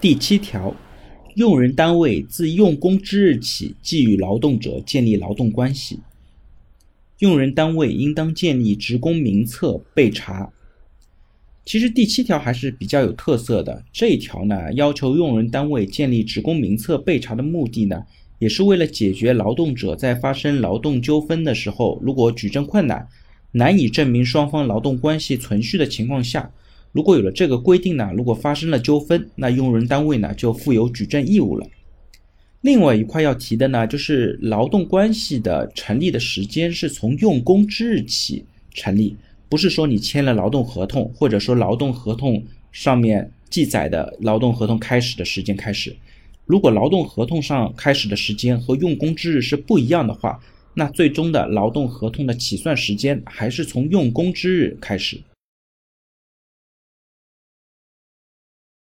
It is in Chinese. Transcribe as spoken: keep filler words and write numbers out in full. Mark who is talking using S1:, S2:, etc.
S1: 第七条，用人单位自用工之日起即与劳动者建立劳动关系。用人单位应当建立职工名册备查。其实第七条还是比较有特色的，这一条呢，要求用人单位建立职工名册备查的目的呢，也是为了解决劳动者在发生劳动纠纷的时候，如果举证困难，难以证明双方劳动关系存续的情况下，如果有了这个规定呢，如果发生了纠纷，那用人单位呢就负有举证义务了。另外一块要提的呢，就是劳动关系的成立的时间是从用工之日起成立，不是说你签了劳动合同，或者说劳动合同上面记载的劳动合同开始的时间开始。如果劳动合同上开始的时间和用工之日是不一样的话，那最终的劳动合同的起算时间还是从用工之日开始。